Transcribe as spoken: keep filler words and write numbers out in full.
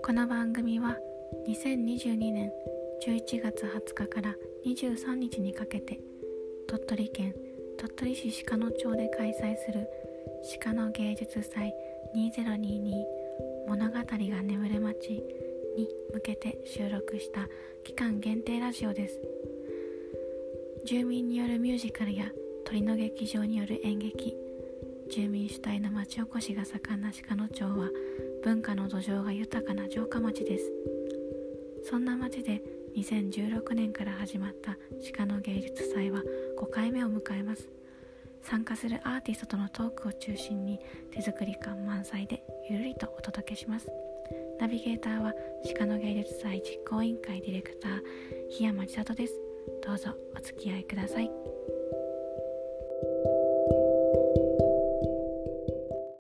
この番組はにせんにじゅうにねんじゅういちがつはつかからにじゅうさんにちにかけて鳥取県鳥取市鹿野町で開催する鹿野芸術祭にせんにじゅうに物語が眠る街に向けて収録した期間限定ラジオです。住民によるミュージカルや鳥の劇場による演劇、住民主体の町おこしが盛んな鹿野町は文化の土壌が豊かな城下町です。そんな町でにせんじゅうろくねんから始まった鹿野芸術祭はごかいめを迎えます。参加するアーティストとのトークを中心に手作り感満載でゆるりとお届けします。ナビゲーターは鹿野芸術祭実行委員会ディレクター檜山千里です。どうぞお付き合いください。